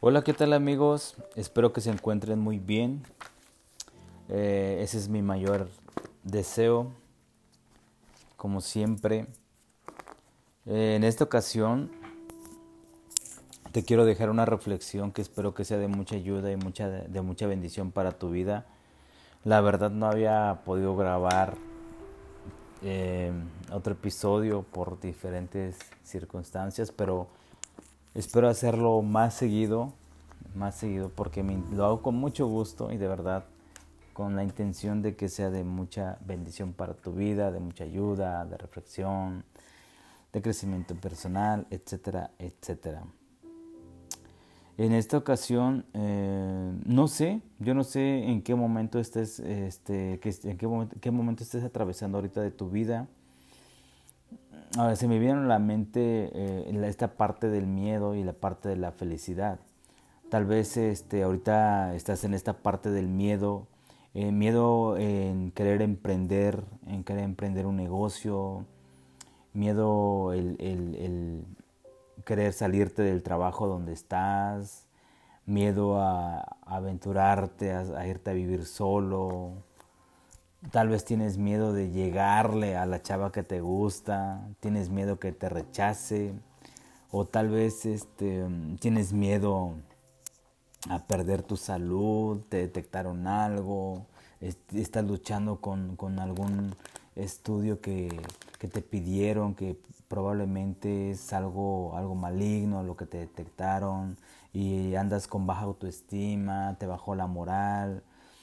Hola, ¿qué tal amigos? Espero que se encuentren muy bien. Ese es mi mayor deseo, como siempre. En esta ocasión te quiero dejar una reflexión que espero que sea de mucha ayuda y de mucha bendición para tu vida. La verdad no había podido grabar eh, otro episodio por diferentes circunstancias, pero espero hacerlo más seguido porque lo hago con mucho gusto y de verdad con la intención de que sea de mucha bendición para tu vida, de mucha ayuda, de reflexión, de crecimiento personal, etcétera, etcétera. En esta ocasión, yo no sé en qué momento estés, qué momento estés atravesando ahorita de tu vida. Ahora se me viene a la mente esta parte del miedo y la parte de la felicidad. Tal vez ahorita estás en esta parte del miedo, miedo en querer emprender un negocio, miedo el querer salirte del trabajo donde estás, miedo a aventurarte, a irte a vivir solo. Tal vez tienes miedo de llegarle a la chava que te gusta, tienes miedo que te rechace, o tal vez tienes miedo a perder tu salud, te detectaron algo, estás luchando con algún estudio que te pidieron, que probablemente es algo maligno lo que te detectaron y andas con baja autoestima, te bajó la moral,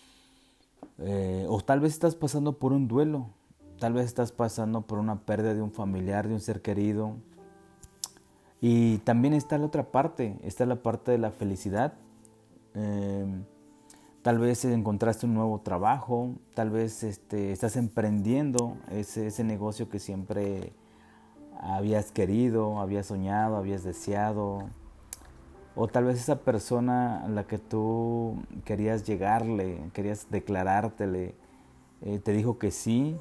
o tal vez estás pasando por un duelo, tal vez estás pasando por una pérdida de un familiar, de un ser querido. Y también está la otra parte, está la parte de la felicidad. Eh, Tal vez encontraste un nuevo trabajo, tal vez estás emprendiendo ese negocio que siempre habías querido, habías soñado, habías deseado. O tal vez esa persona a la que tú querías llegarle, querías declarártele, te dijo que sí.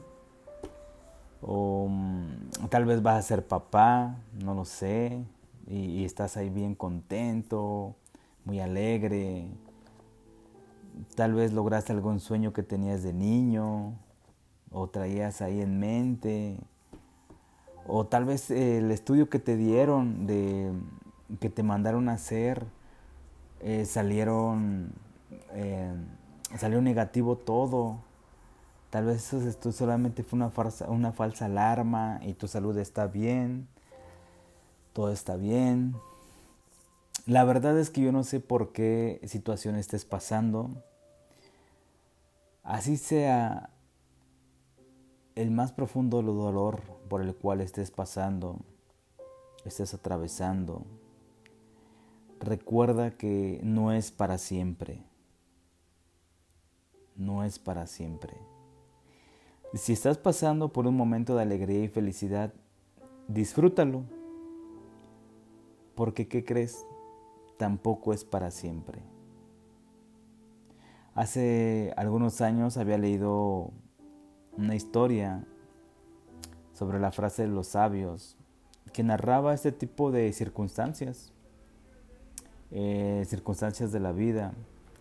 O tal vez vas a ser papá, no lo sé. Y estás ahí bien contento, muy alegre. Tal vez lograste algún sueño que tenías de niño o traías ahí en mente. O tal vez el estudio que te dieron, que te mandaron a hacer, eh, salieron, eh, salió negativo todo. Tal vez esos estudios solamente fue una falsa alarma y tu salud está bien, todo está bien. La verdad es que yo no sé por qué situación estés pasando. Así sea el más profundo dolor por el cual estés pasando, estés atravesando, recuerda que no es para siempre, no es para siempre. Si estás pasando por un momento de alegría y felicidad, disfrútalo, porque ¿qué crees? Tampoco es para siempre. Hace algunos años había leído una historia sobre la frase de los sabios que narraba este tipo de circunstancias, circunstancias de la vida.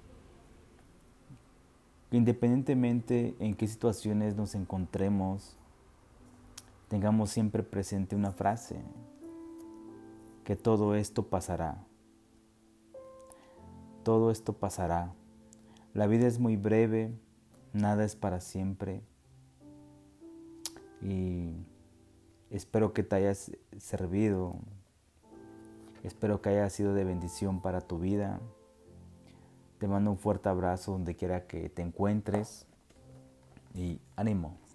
Independientemente en qué situaciones nos encontremos, tengamos siempre presente una frase, que todo esto pasará. Todo esto pasará. La vida es muy breve, nada es para siempre y espero que te hayas servido, espero que haya sido de bendición para tu vida. Te mando un fuerte abrazo donde quiera que te encuentres y ánimo.